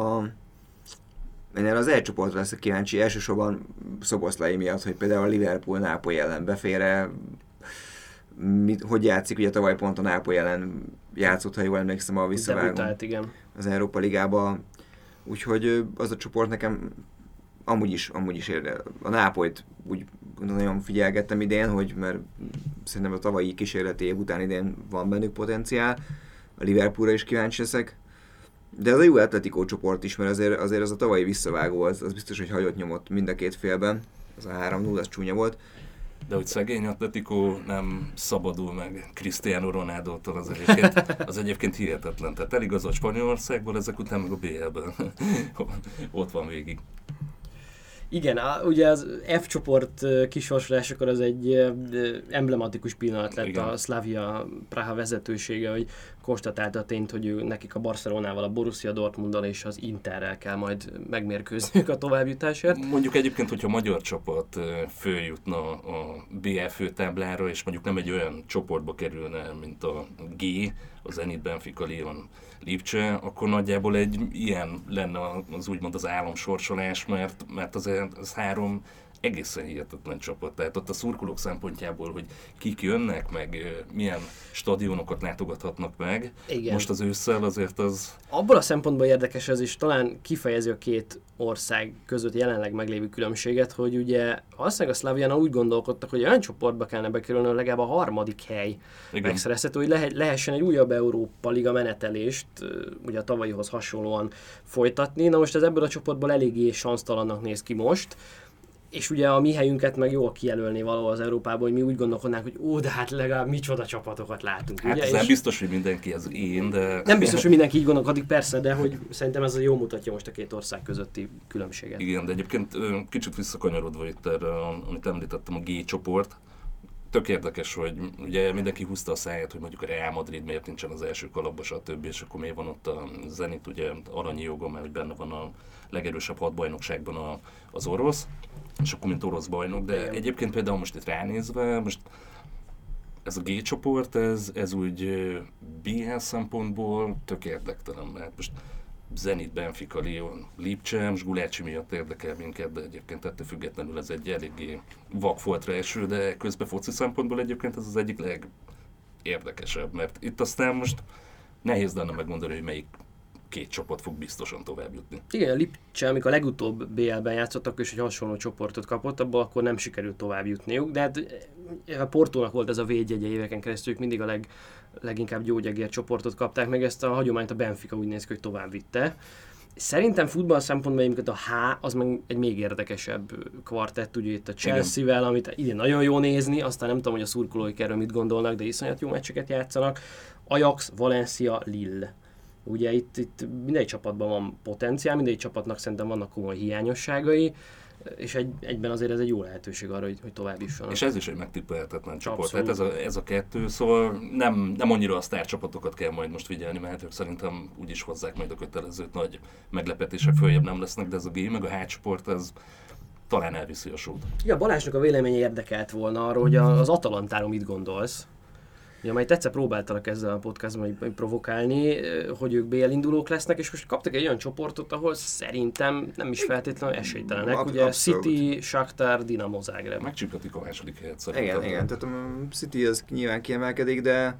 én az E csoportra leszek kíváncsi, elsősorban Szoboszlai miatt, hogy például a Liverpool Napoli ellen befére, hogy játszik, ugye tavaly pont a Napoli ellen játszott, ha jól emlékszem, a visszavágón az Európa Ligában, úgyhogy az a csoport nekem amúgy is érdekel. A Nápolyt úgy nagyon figyelgettem idén, mert szerintem a tavalyi kísérleti év után idén van bennük potenciál. A Liverpoolra is kíváncsi leszek. De ez a jó Atletico csoport is, mert azért az a tavalyi visszavágó, az biztos, hogy hagyott nyomott mind a két félben. Az a 3-0, az csúnya volt. De hogy szegény Atletico nem szabadul meg Cristiano Ronaldo-tól, az egyébként hihetetlen. Tehát eligazolt Spanyolországból, ezek után meg a BL-ben ott van végig. Igen, ugye az F csoport kisorsolásakor az egy emblematikus pillanat lett. Igen. A Slavia Praha vezetősége, hogy konstatálta a tényt, hogy nekik a Barcelonával, a Borussia Dortmunddal és az Interrel kell majd megmérkőzniük a továbbjutásért. Mondjuk egyébként, hogyha a magyar csapat följutna a BL főtáblára, és mondjuk nem egy olyan csoportba kerülne, mint a G, a Zenit, Benfica, Lyon, Lipcse, akkor nagyjából egy ilyen lenne az úgymond az álomsorsolás, mert az 3 egészen hihetetlen csapat. Tehát ott a szurkolók szempontjából, hogy kik jönnek, meg milyen stadionokat látogathatnak meg. Igen. Most az ősszel azért az... Abból a szempontból érdekes ez is, talán kifejezi a két ország között jelenleg meglévő különbséget, hogy ugye valószínűleg a Slavjánál úgy gondolkodtak, hogy olyan csoportba kellene bekerülni, hogy legalább a harmadik hely megszerezhető, hogy lehessen egy újabb Európa Liga menetelést, ugye a tavalyihoz hasonlóan folytatni. Na most ez ebből a csoportból eléggé sansztalannak néz ki most. És ugye a mi helyünket meg jól kijelölni valahol az Európában, hogy mi úgy gondolkodnánk, hogy de hát legalább micsoda csapatokat látunk. Hát ugye? Ez nem biztos, hogy mindenki az én, de... Nem biztos, hogy mindenki így gondolkodik, persze, de hogy szerintem ez jó mutatja most a két ország közötti különbséget. Igen, de egyébként kicsit visszakanyarodva itt erre, amit említettem, a G csoport. Tök érdekes, hogy ugye mindenki húzta a száját, hogy mondjuk a Real Madrid miért nincsen az első kalapba, stb. És akkor miért van ott a Zenit, ugye aranyi joga, mert hogy benne van a legerősebb 6 bajnokságban az orosz, és akkor mint orosz bajnok, de igen. Egyébként például most itt ránézve, most ez a G csoport, ez úgy BL szempontból tök érdektelen, mert most Zenit, Benfica, Lyon, Lipcse, most Gulácsi miatt érdekel minket, de egyébként ettől függetlenül ez egy eléggé vakfoltra eső, de közben foci szempontból egyébként ez az egyik legérdekesebb, mert itt aztán most nehéz lenne megmondani, hogy melyik két csapat fog biztosan tovább jutni. Igen, a Lipcse, amikor legutóbb BL-ben játszottak, és egy hasonló csoportot kapott, abból akkor nem sikerült tovább jutniuk, de hát a Portónak volt ez a védjegye éveken keresztül, ők mindig a leginkább gyógyegér csoportot kapták meg, ezt a hagyományt a Benfica úgy néz ki, hogy tovább vitte. Szerintem futball szempontból egyébként a H az meg egy még érdekesebb kvartett, ugye itt a Chelsea-vel, amit idén nagyon jó nézni, aztán nem tudom, hogy a szurkolóik erről mit gondolnak, de iszonyat jó meccseket játszanak. Ajax, Valencia, Lille. Ugye itt mindegy csapatban van potenciál, mindegy csapatnak szerintem vannak komoly hiányosságai, és egyben azért ez egy jó lehetőség arra, hogy tovább jussanak. És ez is egy megtippelhetetlen csoport. Tehát ez a kettő, szóval nem annyira a sztárcsapatokat kell majd most figyelni, mert ők szerintem úgyis hozzák majd a kötelezőt, nagy meglepetések följebb nem lesznek, de ez a G meg a H csoport, ez talán elviszi a sót. Ja, Balázsnak a véleménye érdekelt volna arról, hogy az Atalantáról mit gondolsz. Ja, majd egyszer próbáltalak ezzel a podcastban provokálni, hogy ők BL indulók lesznek, és most kaptak egy olyan csoportot, ahol szerintem nem is feltétlenül esélytelenek. Ugye abszolút. City, Shakhtar, Dinamo Zagreb. Megcsípletik a második helyet szerintem. Igen, tehát a City az nyilván kiemelkedik, de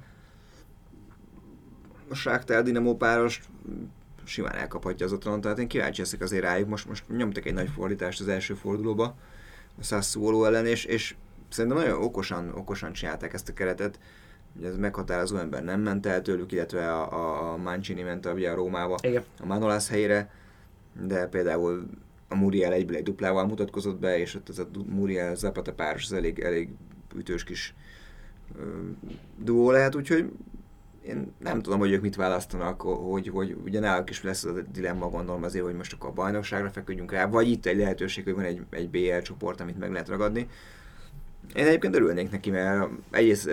a Shakhtar Dinamo páros simán elkaphatja az Atalanta, tehát én kíváncsi leszek azért rájuk. Most nyomtak egy nagy fordítást az első fordulóba a Sassuolo ellen, és szerintem nagyon okosan csinálták ezt a keretet. Ugye ez meghatározó ember nem ment el tőlük, illetve a Mancini ment ugye a Rómába, igen, a Manolas helyére, de például a Muriel egyből egy duplával mutatkozott be, és ott ez a Muriel Zapata páros az elég ütős kis duó lehet, úgyhogy én nem tudom, hogy ők mit választanak, hogy ugye náluk is lesz az a dilemma, gondolom azért, hogy most akkor a bajnokságra feküdjünk rá, vagy itt egy lehetőség, hogy van egy BL csoport, amit meg lehet ragadni. Én egyébként örülnék neki, mert egyrészt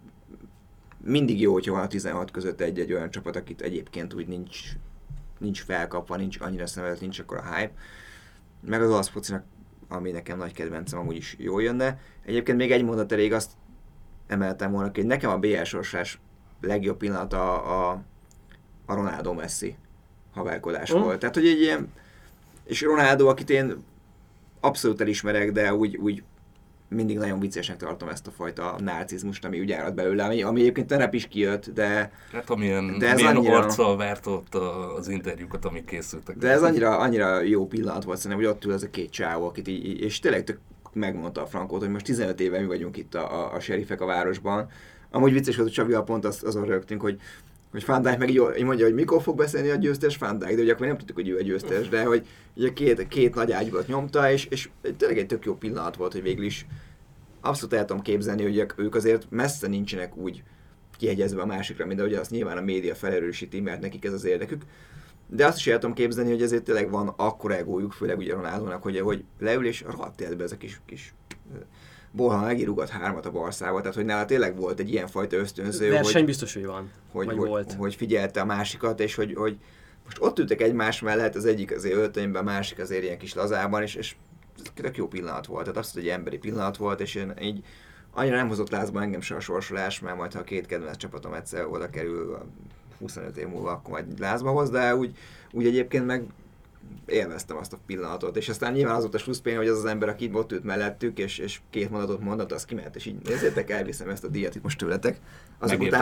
mindig jó, hogyha van a 16 között egy olyan csapat, akit egyébként úgy nincs felkapva, nincs annyira szemelet, nincs akkor a hype. Meg az olasz focinak, ami nekem nagy kedvencem, amúgy is jól jönne. Egyébként még egy mondat elég, azt emeltem volna, hogy nekem a BL sorsás legjobb pillanata a Ronaldo Messi haverkodás volt. Tehát, hogy egy ilyen, és Ronaldo, akit én abszolút elismerek, de úgy mindig nagyon viccesnek tartom ezt a fajta narcizmust, ami úgy árad belőle, ami egyébként tegnap is kijött, de... Hát amilyen annyira... arccal várt ott az interjúkat, amik készültek. De ez annyira jó pillanat volt szerintem, hogy ott ül ez a két csávó, akit így, és tényleg tök megmondta a Frankót, hogy most 15 éve mi vagyunk itt a serifek a városban. Amúgy vicces volt, hogy Csabival pont azon rögtünk, hogy Van Dijk meg így mondja, hogy mikor fog beszélni a győztes Van Dijk, de ugye akkor nem tudtuk, hogy ő a győztes, de hogy ugye két nagy ágyból nyomta, és tényleg egy tök jó pillanat volt, hogy végül is abszolút el tudom képzelni, hogy ők azért messze nincsenek úgy kihegyezve a másikra, mint ahogy azt nyilván a média felerősíti, mert nekik ez az érdekük. De azt is el tudom képzelni, hogy ezért tényleg van akkora egójuk, főleg ugye Ronaldónak, hogy leül és rohadt életbe ez a kis Borja megirúgat 3-at a Barszával, tehát hogy nála tényleg volt egy ilyenfajta ösztönző, verseny biztos, hogy van, hogy figyelte a másikat, és hogy most ott ültek egymás mellett, az egyik azért öltönyben, a másik azért ilyen kis lazában, és tök jó pillanat volt, tehát azt, hogy egy emberi pillanat volt, és én így annyira nem hozott lázba engem se a sorsolás, mert majd ha a két kedvenc csapatom egyszer oda kerül 25 év múlva, akkor majd lázba hoz, de úgy egyébként meg élveztem azt a pillanatot, és aztán nyilván az volt a slusszpén, hogy az ember, aki ott ült mellettük, és két mondatot mondott, az kiment, és így nézzétek, elviszem ezt a díjat itt most tőletek. Azok után,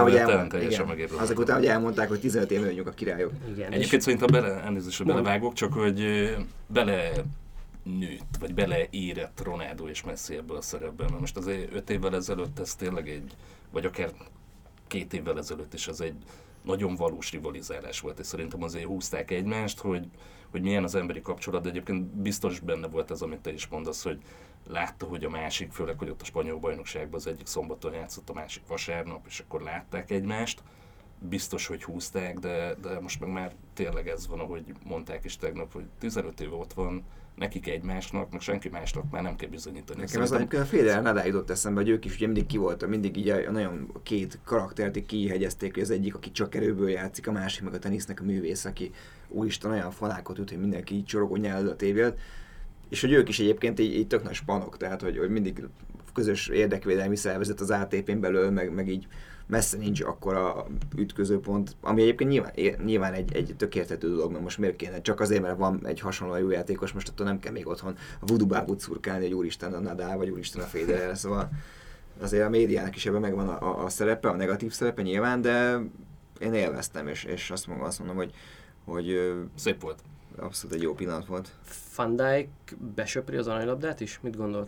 hogy elmondták, hogy 15 év vagyunk a királyok. Igen, egyébként szerintem belevágok, csak hogy nőtt, vagy beleérett Ronaldo és Messi ebből a szerepben. Mert most azért 5 évvel ezelőtt ez tényleg vagy akár 2 évvel ezelőtt is ez egy nagyon valós rivalizálás volt, és szerintem azért húzták egymást, hogy milyen az emberi kapcsolat, de egyébként biztos benne volt ez, amit te is mondasz, hogy látta, hogy a másik, főleg, hogy ott a spanyol bajnokságban az egyik szombaton játszott, a másik vasárnap, és akkor látták egymást. Biztos, hogy húzták, de most meg már tényleg ez van, ahogy mondták is tegnap, hogy 15 éve ott van, nekik egymásnak, meg senki másnak már nem kell bizonyítani. Nekem az a Federer Nadal jutott eszembe, hogy ők is ugye mindig ki voltak, mindig így nagyon két karaktert kihegyezték, hogy az egyik, aki csak erőből játszik, a másik meg a tenisznek a művész, aki úristen olyan falákot üt, hogy mindenki így csorogó nyelved a tévélt. És hogy ők is egyébként így tök nagy spanok, tehát hogy mindig közös érdekvédelmi szervezet az ATP-n belül, meg így messze nincs akkora ütközőpont, ami egyébként nyilván egy tök érthető dolog, mert most miért kéne, csak azért, mert van egy hasonló jó játékos, most attól nem kell még otthon a voodoo bábút szurkálni, hogy úristen a Nadal, vagy úristen a Federer, szóval azért a médiának is ebben megvan a szerepe, a negatív szerepe nyilván, de én élveztem, és azt mondom, hogy szép volt. Abszolút egy jó pillanat volt. Van Dijk besöpri az aranylabdát is? Mit gondoltak?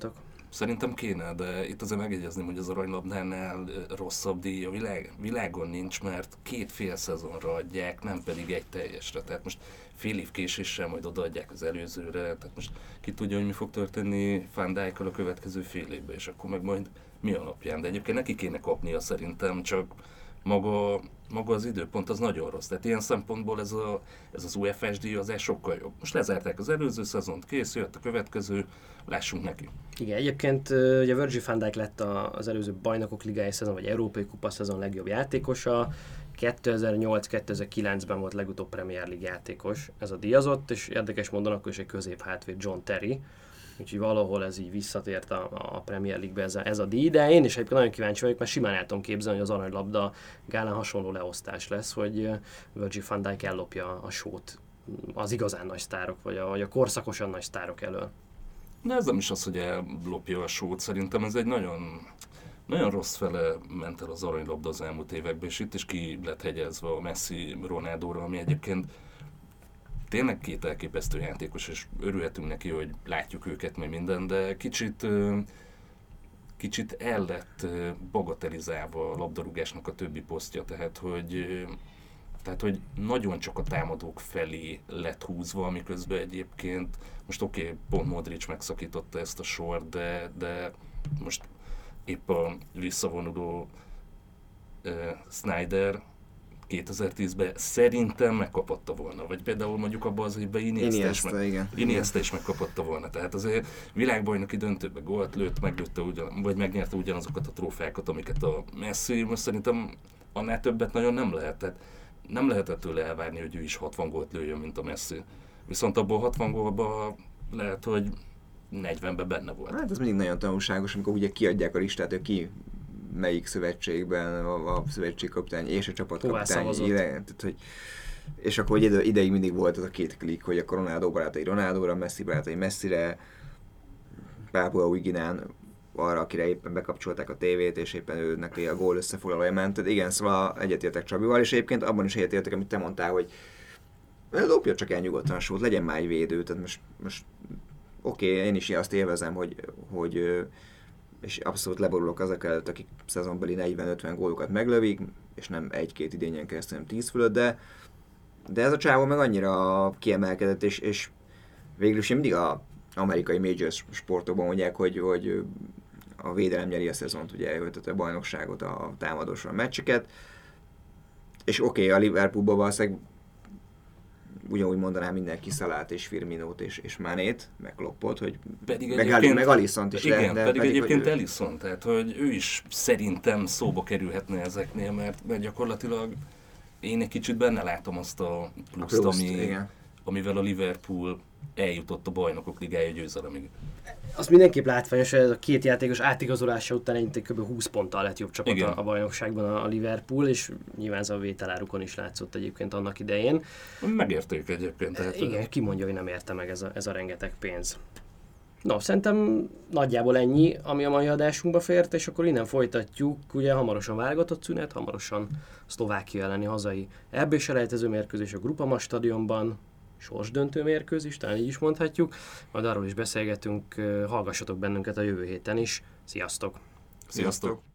Szerintem kéne, de itt azért megjegyezném, hogy az aranylabdánál rosszabb díj a világon nincs, mert 2 fél szezonra adják, nem pedig egy teljesre. Tehát most fél év késéssel majd odaadják az előzőre, tehát most ki tudja, hogy mi fog történni Van Dijkkal a következő fél évben, és akkor meg majd mi alapján. De egyébként neki kéne kapnia szerintem, csak maga az időpont az nagyon rossz. Tehát ilyen szempontból ez az UEFA-s díjazás sokkal jobb. Most lezárták az előző szezont, kész, jött a következő, lássunk neki. Igen, egyébként ugye Virgil van Dijk lett az előző Bajnokok Ligája szezon, vagy Európai Kupa szezon legjobb játékosa. 2008-2009-ben volt legutóbb Premier League játékos ez a díjazott, és érdekes módon akkor is egy középhátvéd, John Terry. Úgyhogy valahol ez így visszatért a Premier League-be ez a díj, de én is egyébként nagyon kíváncsi vagyok, mert simán el tudom képzelni, hogy az aranylabda gálán hasonló leosztás lesz, hogy Virgil van Dijk ellopja a sót az igazán nagy sztárok, vagy a korszakosan nagy sztárok elől. De ez nem is az, hogy ellopja a sót, szerintem ez egy nagyon, nagyon rossz fele ment el az aranylabda az elmúlt években, és itt is ki lett hegyezve a Messi Ronaldóra, ami egyébként tényleg 2 elképesztő játékos, és örülhetünk neki, hogy látjuk őket, meg minden, de kicsit el lett bagatelizálva a labdarúgásnak a többi posztja, tehát hogy nagyon csak a támadók felé lett húzva, miközben egyébként, most oké, pont Modric megszakította ezt a sort, de most épp a visszavonuló Snyder 2010-ben szerintem megkapatta volna, vagy például mondjuk abban az évben Iniesta is megkapatta volna. Tehát azért világbajnoki döntőbe gólt lőtt, vagy megnyerte ugyanazokat a trófeákat, amiket a Messi, most szerintem annál többet nagyon nem lehet. Tehát nem lehetett tőle elvárni, hogy ő is 60 gólt lőjön, mint a Messi. Viszont abból 60 gólban lehet, hogy 40-ben benne volt. Hát ez mindig nagyon tanulságos, amikor ugye kiadják a listát, hogy ki melyik szövetségben a szövetségkapitány és a csapatkapitány. És akkor ideig mindig volt az a 2 klik, hogy a Ronaldo barátai Ronaldóra, Messi barátai Messire, Pápua Új-Guineán arra, akire éppen bekapcsolták a tévét, és éppen ő neki a gól összefoglalója ment. Tehát igen, szóval egyetértek Csabival, és egyébként abban is egyetértek, amit te mondtál, hogy lopja csak el nyugodtan a sót, legyen már egy védő. Tehát most oké, én is azt élvezem, hogy és abszolút leborulok azok előtt, akik szezonbeli 40-50 gólokat meglövik, és nem 1-2 idényen keresztül, hanem 10 fölött, de ez a csávó meg annyira kiemelkedett, és végül is mindig az amerikai major sportokban mondják, hogy a védelem nyeri a szezont, ugye, tehát a bajnokságot, a támadósra a meccseket, és oké, a Liverpoolban valószínűleg ugyanúgy mondanám mindenki Szalát és Firminót és Manét, meg Kloppot, hogy meg Alissont is igen, lehet. Pedig egyébként Alisson, tehát hogy ő is szerintem szóba kerülhetne ezeknél, mert gyakorlatilag én egy kicsit benne látom azt a pluszt, amivel a Liverpool eljutott a Bajnokok Ligája győzelemig. Azt mindenképp látványos, hogy ez a 2 játékos átigazolása után egy kb. 20 ponttal lett jobb csapat a bajnokságban a Liverpool, és nyilván ez a vételárukon is látszott egyébként annak idején. Megérték egyébként. Tehát igen, ki mondja, hogy nem érte meg ez a rengeteg pénz. No, szerintem nagyjából ennyi, ami a mai adásunkba fért, és akkor innen folytatjuk. Ugye hamarosan válogatott szünet, hamarosan Szlovákia elleni hazai EB-selejtező mérkőzés a Groupama stadionban, sorsdöntő mérkőzés, talán így is mondhatjuk. Majd arról is beszélgetünk, hallgassatok bennünket a jövő héten is. Sziasztok! Sziasztok!